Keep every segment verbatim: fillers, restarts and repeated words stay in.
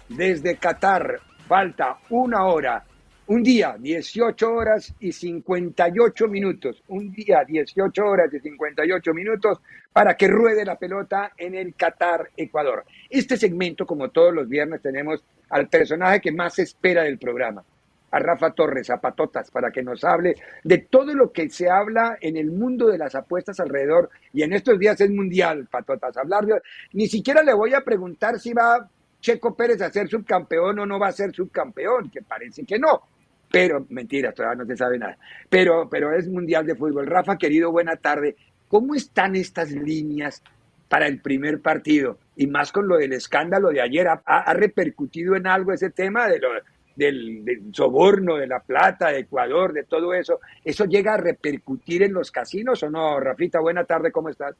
desde Qatar. Falta una hora, un día, dieciocho horas y cincuenta y ocho minutos. Un día, dieciocho horas y cincuenta y ocho minutos para que ruede la pelota en el Qatar, Ecuador. Este segmento, como todos los viernes, tenemos al personaje que más se espera del programa, a Rafa Torres, a Patotas, para que nos hable de todo lo que se habla en el mundo de las apuestas alrededor, y en estos días es mundial, Patotas, hablar de... Ni siquiera le voy a preguntar si va Checo Pérez a ser subcampeón o no va a ser subcampeón, que parece que no, pero mentira, todavía no se sabe nada, pero, pero es mundial de fútbol. Rafa, querido, buena tarde. ¿Cómo están estas líneas para el primer partido? Y más con lo del escándalo de ayer, ¿ha, ha repercutido en algo ese tema de lo, del, del soborno, de la plata, de Ecuador, de todo eso? ¿Eso llega a repercutir en los casinos o no? Rafita, buena tarde, ¿cómo estás?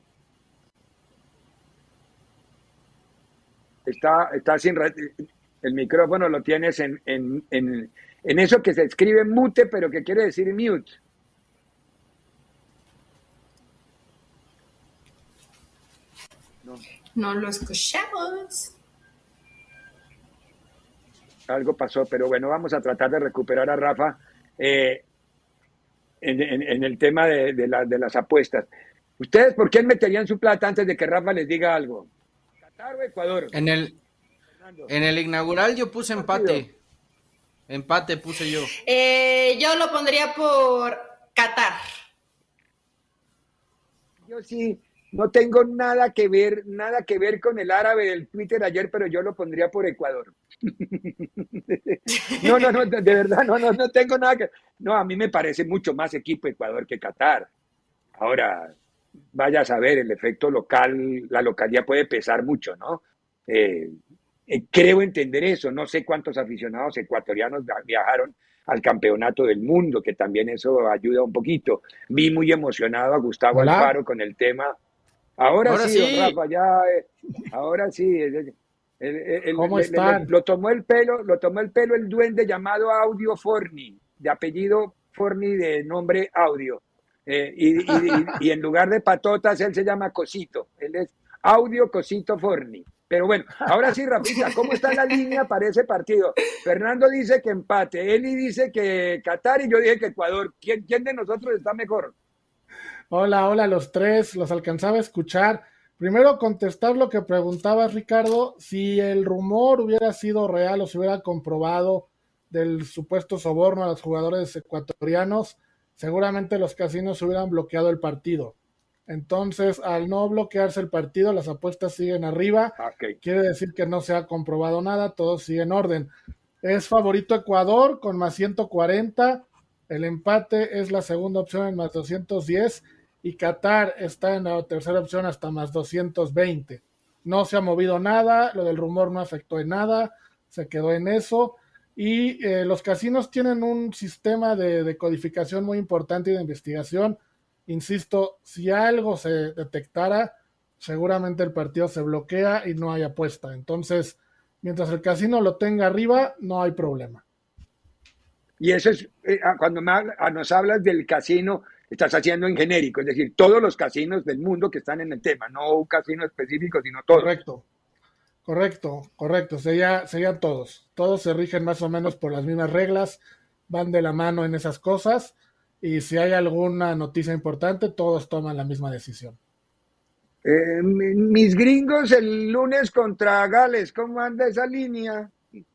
Está, está sin... El micrófono lo tienes en, en, en, en eso que se escribe mute, pero que quiere decir mute. No, no lo escuchamos. Algo pasó, pero bueno, vamos a tratar de recuperar a Rafa eh, en, en, en el tema de, de, la, de las apuestas. ¿Ustedes por qué meterían su plata antes de que Rafa les diga algo? ¿Qatar o Ecuador? En el, en el inaugural yo puse empate. Empate puse yo. Eh, yo lo pondría por Qatar. Yo sí, no tengo nada que ver, nada que ver con el árabe del Twitter ayer, pero yo lo pondría por Ecuador. No, no, no, de verdad, no, no, no tengo nada que... No, a mí me parece mucho más equipo Ecuador que Qatar. Ahora, vaya a saber, el efecto local, la localidad puede pesar mucho, ¿no? Eh, eh, creo entender eso. No sé cuántos aficionados ecuatorianos viajaron al campeonato del mundo, que también eso ayuda un poquito. Vi muy emocionado a Gustavo Hola. Alfaro con el tema. Ahora, Ahora sí, sí. don Rafa, ya, eh, ahora sí. El, el, el, ¿Cómo le- están? le- lo tomó el pelo, lo tomó el pelo el duende llamado Audio Forni, de apellido Forni, de nombre Audio. Eh, y, y, y en lugar de Patotas, él se llama Cosito. Él es Audio Cosito Forni. Pero bueno, ahora sí, Rafita, ¿cómo está la línea para ese partido? Fernando dice que empate, Eli dice que Qatar y yo dije que Ecuador. ¿Quién, quién de nosotros está mejor? Hola, hola, los tres, los alcanzaba a escuchar. Primero contestar lo que preguntabas, Ricardo, si el rumor hubiera sido real o se hubiera comprobado del supuesto soborno a los jugadores ecuatorianos, seguramente los casinos hubieran bloqueado el partido. Entonces, al no bloquearse el partido, las apuestas siguen arriba. Okay. Quiere decir que no se ha comprobado nada, todo sigue en orden. Es favorito Ecuador con más ciento cuarenta, el empate es la segunda opción en más doscientos diez y Qatar está en la tercera opción hasta más doscientos veinte. No se ha movido nada, lo del rumor no afectó en nada, se quedó en eso. Y eh, los casinos tienen un sistema de, de codificación muy importante y de investigación. Insisto, si algo se detectara, seguramente el partido se bloquea y no hay apuesta. Entonces, mientras el casino lo tenga arriba, no hay problema. Y eso es, eh, cuando me habla, nos hablas del casino, estás haciendo en genérico, es decir, todos los casinos del mundo que están en el tema, no un casino específico, sino todos. Correcto, correcto, correcto, sería, serían todos. Todos se rigen más o menos por las mismas reglas, van de la mano en esas cosas, y si hay alguna noticia importante, todos toman la misma decisión. Eh, mis gringos el lunes contra Gales, ¿cómo anda esa línea?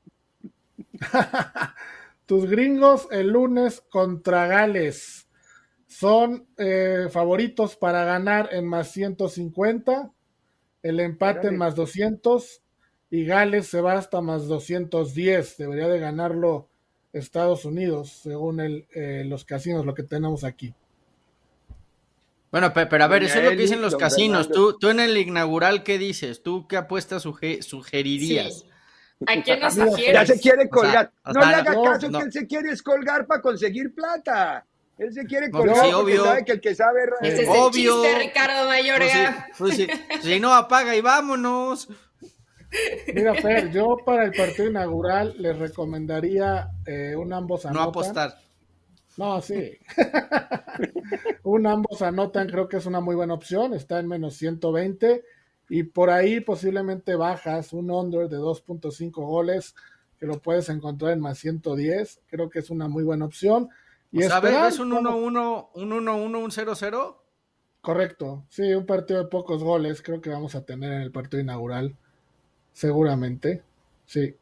Tus gringos el lunes contra Gales son eh, favoritos para ganar en más ciento cincuenta, el empate Órale. en más doscientos y Gales se va hasta más doscientos diez. Debería de ganarlo Estados Unidos, según el, eh, los casinos, lo que tenemos aquí. Bueno, pe- pero a ver, Doña eso es lo que Eli, dicen los don casinos. Fernando. Tú, tú en el inaugural, ¿qué dices? ¿Tú qué apuestas suge- sugerirías? Sí. ¿A quién nos Mira, sugieres? Ya se quiere O sea, colgar. o no sea, le haga no, caso no. que él se quiere escolgar para conseguir plata. Él se quiere No, colgar sí, porque obvio. sabe que el que sabe... Ese es Obvio. el chiste, Ricardo Pues si, Mayorea. pues si- si no, apaga y vámonos. Mira, Fer, yo para el partido inaugural les recomendaría eh, un ambos anotan. No apostar. No, sí. Un ambos anotan, creo que es una muy buena opción, está en menos ciento veinte y por ahí posiblemente bajas un under de dos punto cinco goles, que lo puedes encontrar en más ciento diez, creo que es una muy buena opción. Y o sea, esperar, ¿ves un uno uno, un uno uno, un cero cero? Correcto, sí, un partido de pocos goles, creo que vamos a tener en el partido inaugural, seguramente, sí.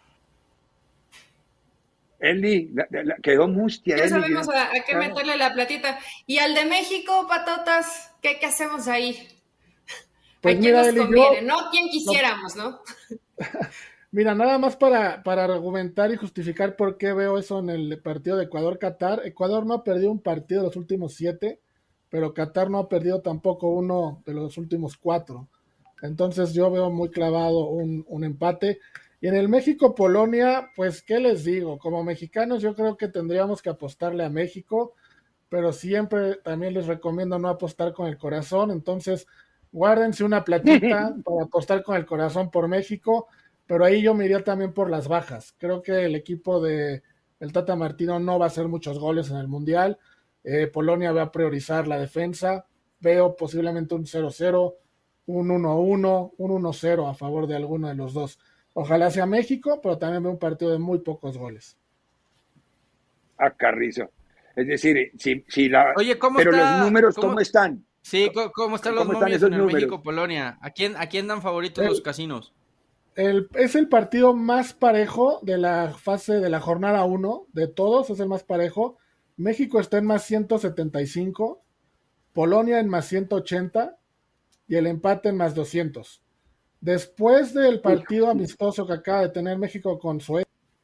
Eli, la, la, quedó mustia. Ya Eli, sabemos a, a qué ah. meterle la platita. Y al de México, patotas, ¿qué, qué hacemos ahí? Pues ¿A quién mira, nos Eli, conviene? yo, ¿No? ¿Quién quisiéramos, no? Mira, nada más para, para argumentar y justificar por qué veo eso en el partido de Ecuador-Qatar. Ecuador no ha perdido un partido de los últimos siete, pero Qatar no ha perdido tampoco uno de los últimos cuatro. Entonces yo veo muy clavado un, un empate. Y en el México-Polonia, pues, ¿qué les digo? Como mexicanos yo creo que tendríamos que apostarle a México, pero siempre también les recomiendo no apostar con el corazón. Entonces, guárdense una platita para apostar con el corazón por México, pero ahí yo me iría también por las bajas. Creo que el equipo de el Tata Martino no va a hacer muchos goles en el Mundial. Eh, Polonia va a priorizar la defensa. Veo posiblemente un cero cero, un uno uno, un uno cero a favor de alguno de los dos. Ojalá sea México, pero también veo un partido de muy pocos goles. A Carrizo. Es decir, si, si la... Oye, ¿cómo pero está, los números, ¿cómo, cómo están? Sí, ¿cómo, cómo están los ¿Cómo están momios esos en el números? México-Polonia? ¿A quién, ¿A quién dan favoritos El- los casinos? El, es el partido más parejo de la fase de la jornada uno, de todos es el más parejo. México está en más ciento setenta y cinco, Polonia en más ciento ochenta y el empate en más doscientos. Después del partido amistoso que acaba de tener México con Suecia,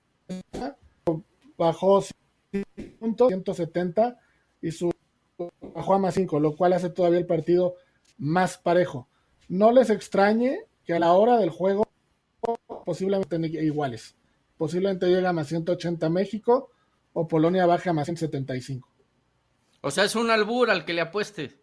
bajó puntos, ciento setenta, y su bajó a más cinco, lo cual hace todavía el partido más parejo. No les extrañe que a la hora del juego posiblemente iguales. Posiblemente llega a más ciento ochenta México o Polonia baja a más ciento setenta y cinco. O sea, es un albur al que le apuestes.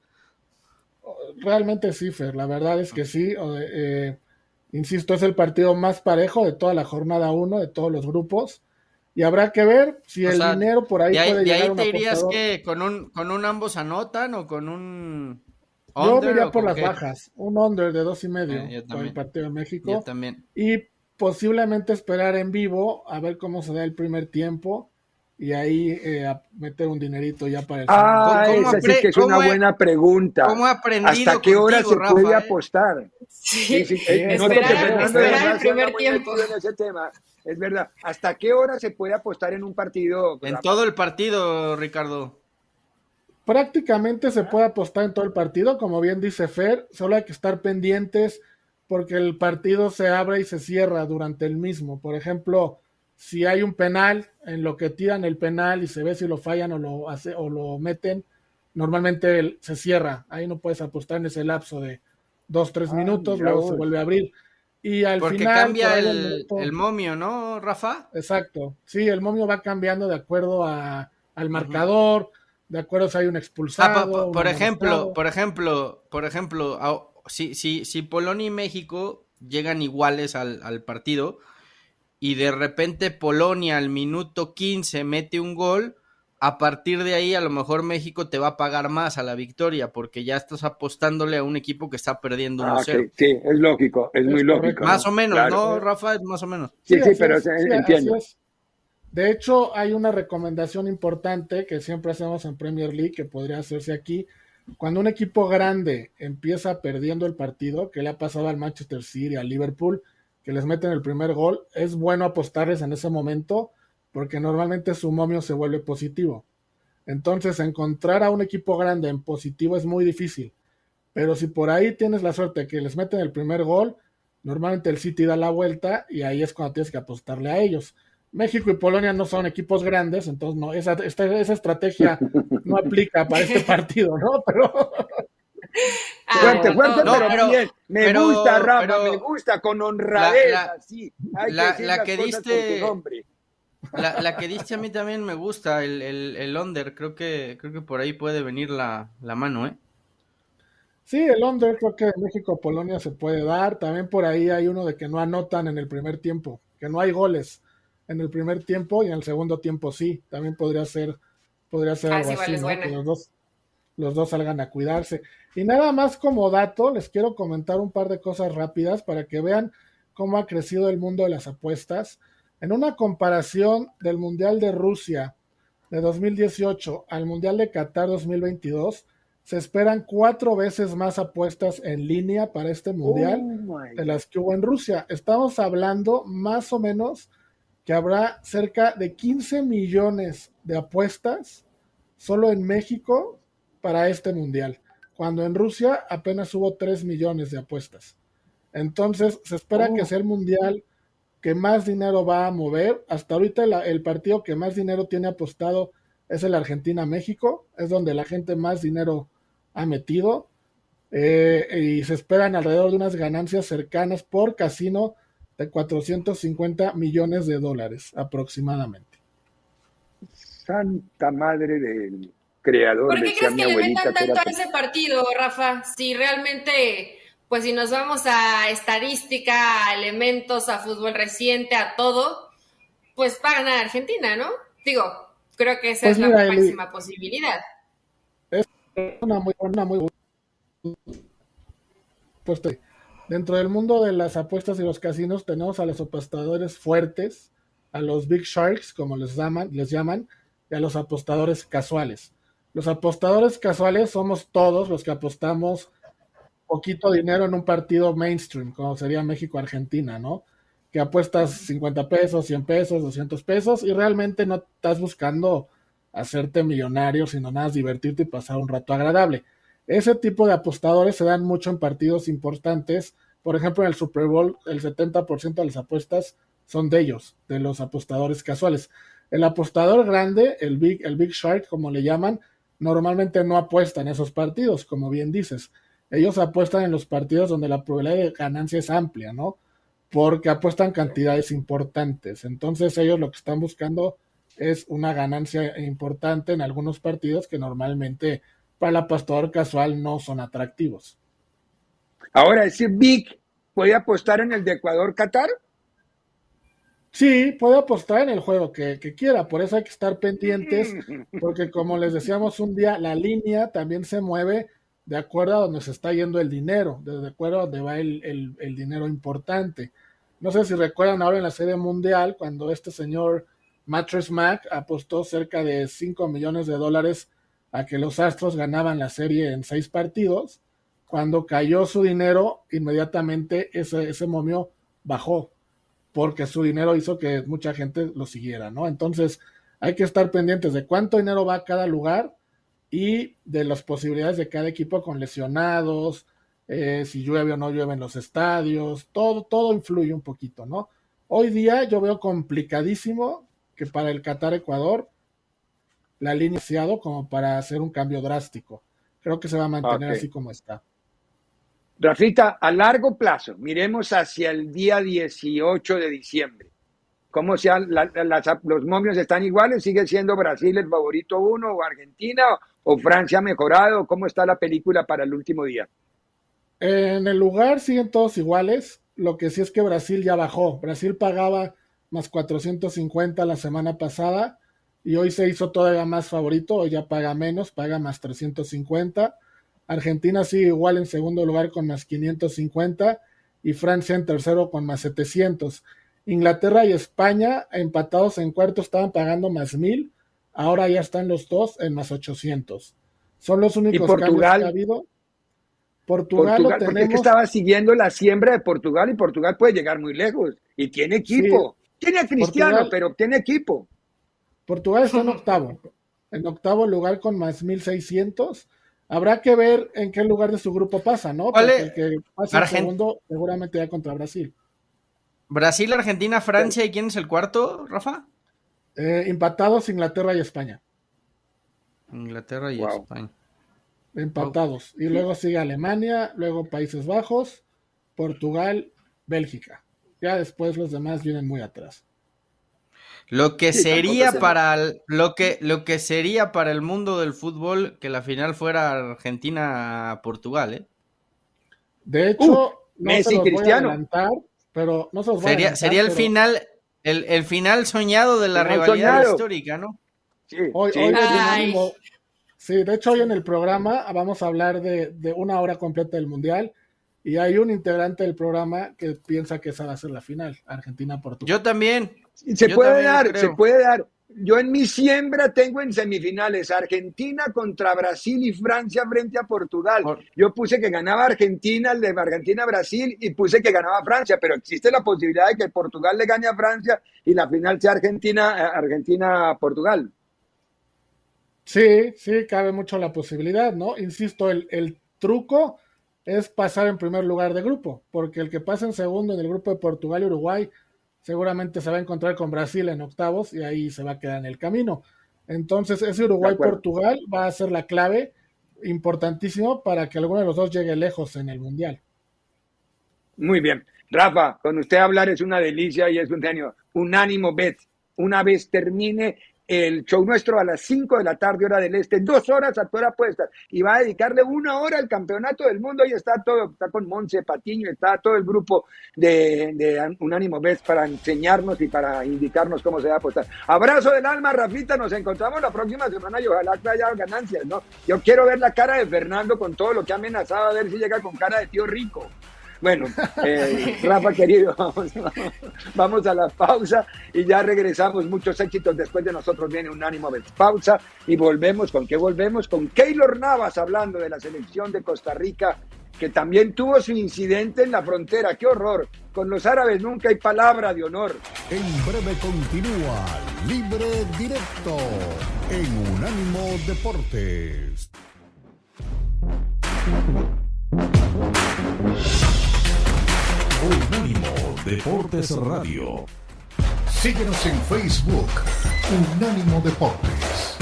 Realmente sí, Fer, la verdad es que sí. Eh, insisto, es el partido más parejo de toda la jornada uno, de todos los grupos. Y habrá que ver si O el sea, dinero por ahí de ahí, puede de llegar ahí a un te irías apostador. que con un, con un ambos anotan o con un Yo under me iría o por con las qué? bajas, un under de dos y medio Eh, yo por también. el partido de Yo México. también. Y posiblemente esperar en vivo a ver cómo se da el primer tiempo y ahí eh, a meter un dinerito ya para el Ah, ¿Cómo esa sí apre- que es una cómo he- buena pregunta. ¿Cómo he aprendido ¿Hasta qué hora contigo, se Rafa, puede eh? apostar? Sí, Sí, sí, eh, noto esperar, que Fernando de esperar el verdad se anda primer muy tiempo. metido en ese tema. Es verdad. ¿Hasta qué hora se puede apostar en un partido? En Rafa? todo el partido, Ricardo. Prácticamente se puede apostar en todo el partido, como bien dice Fer, solo hay que estar pendientes porque el partido se abre y se cierra durante el mismo. Por ejemplo, si hay un penal, en lo que tiran el penal y se ve si lo fallan o lo, hace, o lo meten, normalmente el, se cierra. Ahí no puedes apostar en ese lapso de dos, tres Ah, minutos, mira luego vos. se vuelve a abrir. Y al Porque final, cambia por ahí al el, minuto- el momio, ¿no, Rafa? Exacto, sí, el momio va cambiando de acuerdo a, al marcador, de acuerdo si hay un Ah, expulsado. po- po- un por ejemplo, amonestado. por ejemplo, por ejemplo, a- si, si, si Polonia y México llegan iguales al, al partido y de repente Polonia al minuto quince mete un gol, a partir de ahí a lo mejor México te va a pagar más a la victoria porque ya estás apostándole a un equipo que está perdiendo Ah, uno cero. ok, sí, es lógico, es, Es muy correcto. lógico. Más ¿no? o menos, Claro. ¿no, Rafa? Más o menos. Sí, sí, así pero es, o sea, sí, entiendo. así es. De hecho, hay una recomendación importante que siempre hacemos en Premier League que podría hacerse aquí. Cuando un equipo grande empieza perdiendo el partido, que le ha pasado al Manchester City, al Liverpool, que les meten el primer gol, es bueno apostarles en ese momento porque normalmente su momio se vuelve positivo. Entonces, encontrar a un equipo grande en positivo es muy difícil. Pero si por ahí tienes la suerte de que les meten el primer gol, normalmente el City da la vuelta y ahí es cuando tienes que apostarle a ellos. México y Polonia no son equipos grandes, entonces no, esa, esta, esa estrategia no aplica para este partido, ¿no? Pero Ah, Fuerte, no, fuerte, no, No, pero, pero- bien. Me pero- gusta, Rafa, pero- me gusta, con honradez, La- la- así. Hay la- que decir la las que cosas diste- por su nombre. La, la que diste a mí también me gusta, el, el, el under, creo que, creo que por ahí puede venir la, la mano, ¿eh? sí, el under creo que México-Polonia se puede dar. También por ahí hay uno de que no anotan en el primer tiempo, que no hay goles en el primer tiempo y en el segundo tiempo sí. También podría ser, podría ser Ah, algo sí, vale, así, es ¿no? buena. Que los dos, los dos salgan a cuidarse. Y nada más como dato, les quiero comentar un par de cosas rápidas para que vean cómo ha crecido el mundo de las apuestas. En una comparación del Mundial de Rusia de dos mil dieciocho al Mundial de Qatar dos mil veintidós, se esperan cuatro veces más apuestas en línea para este Mundial Oh, de las que hubo en Rusia. Estamos hablando más o menos que habrá cerca de quince millones de apuestas solo en México para este Mundial, cuando en Rusia apenas hubo tres millones de apuestas. Entonces, se espera Oh. que sea el Mundial que más dinero va a mover. Hasta ahorita la, el partido que más dinero tiene apostado es el Argentina-México, es donde la gente más dinero ha metido, eh, y se esperan alrededor de unas ganancias cercanas por casino de cuatrocientos cincuenta millones de dólares aproximadamente. Santa madre del creador, ¿Por qué decía crees mi que le abuelita. metan Que era tanto a como- ese partido, Rafa? Si realmente, pues si nos vamos a estadística, a elementos, a fútbol reciente, a todo, pues va a ganar Argentina, ¿no? Digo, creo que esa Pues es la mira, Eli, máxima posibilidad. una muy buena, muy pues te- dentro del mundo de las apuestas y los casinos tenemos a los apostadores fuertes, a los Big Sharks, como les llaman, les llaman, y a los apostadores casuales. Los apostadores casuales somos todos los que apostamos poquito dinero en un partido mainstream, como sería México-Argentina, ¿no? Que apuestas cincuenta pesos, cien pesos, doscientos pesos, y realmente no estás buscando hacerte millonario, sino nada más divertirte y pasar un rato agradable. Ese tipo de apostadores se dan mucho en partidos importantes. Por ejemplo, en el Super Bowl, el setenta por ciento de las apuestas son de ellos, de los apostadores casuales. El apostador grande, el Big, el Big Shark, como le llaman, normalmente no apuesta en esos partidos, como bien dices. Ellos apuestan en los partidos donde la probabilidad de ganancia es amplia, ¿no? Porque apuestan cantidades importantes. Entonces ellos lo que están buscando es una ganancia importante en algunos partidos que normalmente para el apostador casual no son atractivos. Ahora, ese Vic puede apostar en el de Ecuador-Qatar. Sí, puede apostar en el juego que, que quiera, por eso hay que estar pendientes, porque como les decíamos un día, la línea también se mueve de acuerdo a donde se está yendo el dinero, de acuerdo a donde va el, el, el dinero importante. No sé si recuerdan ahora en la Serie Mundial, cuando este señor Mattress Mac apostó cerca de cinco millones de dólares a que los Astros ganaban la serie en seis partidos. Cuando cayó su dinero, inmediatamente ese, ese momio bajó, porque su dinero hizo que mucha gente lo siguiera, ¿no? Entonces hay que estar pendientes de cuánto dinero va a cada lugar y de las posibilidades de cada equipo con lesionados, eh, si llueve o no llueve en los estadios, todo, todo influye un poquito, ¿no? Hoy día yo veo complicadísimo que para el Qatar-Ecuador la línea iniciado como para hacer un cambio drástico. Creo que se va a mantener Ok. así como está. Rafita, a largo plazo, miremos hacia el día dieciocho de diciembre. ¿Cómo sean la- la- las- los momios están iguales? ¿Sigue siendo Brasil el favorito uno o Argentina o Francia ha mejorado? ¿Cómo está la película para el último día? En el lugar siguen todos iguales, lo que sí es que Brasil ya bajó. Brasil pagaba más cuatrocientos cincuenta la semana pasada y hoy se hizo todavía más favorito, hoy ya paga menos, paga más trescientos cincuenta. Argentina sigue igual en segundo lugar con más quinientos cincuenta y Francia en tercero con más setecientos. Inglaterra y España empatados en cuarto estaban pagando más mil, ahora ya están los dos en más ochocientos. Son los únicos cambios Portugal? que ha habido. Portugal, Portugal, lo porque es que tenemos, estaba siguiendo la siembra de Portugal y Portugal puede llegar muy lejos y tiene equipo. Tiene a Cristiano, Portugal- pero tiene equipo. Portugal está en octavo, en octavo lugar con más mil seiscientos. Habrá que ver en qué lugar de su grupo pasa, ¿no? ¿Cuál Porque es? el que pasa en Argen- segundo seguramente ya contra Brasil. Brasil, Argentina, Francia, ¿y quién es el cuarto, Rafa? Eh, empatados Inglaterra y España, Inglaterra y Wow. España. empatados. Y luego sigue Alemania, luego Países Bajos, Portugal, Bélgica. Ya después los demás vienen muy atrás. Lo que Sí, sería tampoco se- para el, lo que lo que sería para el mundo del fútbol que la final fuera Argentina-Portugal, ¿eh? De hecho, no Messi se los y voy a Cristiano. adelantar, pero no se los voy a Sería adelantar, sería el pero final el, el final soñado de la Final rivalidad soñado. histórica, ¿no? Sí, Hoy, sí, hoy sí. les Ay. animo. Sí, de hecho hoy en el programa vamos a hablar de, de una hora completa del Mundial y hay un integrante del programa que piensa que esa va a ser la final, Argentina-Portugal. Yo también. Se Yo puede también dar, creo. se puede dar. Yo en mi siembra tengo en semifinales Argentina contra Brasil y Francia frente a Portugal. Por- Yo puse que ganaba Argentina, el de Argentina-Brasil, y puse que ganaba Francia, pero existe la posibilidad de que Portugal le gane a Francia y la final sea Argentina, Argentina-Portugal. Sí, sí, cabe mucho la posibilidad, ¿no? Insisto, el, el truco es pasar en primer lugar de grupo, porque el que pasa en segundo en el grupo de Portugal y Uruguay seguramente se va a encontrar con Brasil en octavos y ahí se va a quedar en el camino. Entonces, ese Uruguay-Portugal va a ser la clave importantísimo para que alguno de los dos llegue lejos en el Mundial. Muy bien. Rafa, con usted hablar es una delicia y es un genio. Unánimo Bet. Una vez termine el show nuestro a las cinco de la tarde, hora del este, dos horas a toda apuestas, y va a dedicarle una hora al campeonato del mundo, y está todo, está con Monse Patiño, está todo el grupo de, de Unánimo Bet para enseñarnos y para indicarnos cómo se va a apostar. Abrazo del alma, Rafita, nos encontramos la próxima semana y ojalá que haya ganancias, ¿no? Yo quiero ver la cara de Fernando con todo lo que ha amenazado, a ver si llega con cara de tío rico. Bueno, eh, Rafa querido, vamos, vamos a la pausa y ya regresamos. Muchos éxitos después de nosotros. Viene Unánimo Bet. Pausa y volvemos. ¿Con qué volvemos? Con Keylor Navas hablando de la selección de Costa Rica, que también tuvo su incidente en la frontera. ¡Qué horror! Con los árabes nunca hay palabra de honor. En breve continúa Libre Directo en Unánimo Deportes. Unánimo Deportes Radio. Síguenos en Facebook, Unánimo Deportes.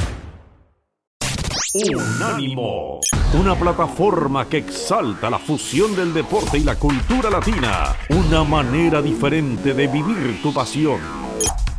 Unánimo, una plataforma que exalta la fusión del deporte y la cultura latina, una manera diferente de vivir tu pasión.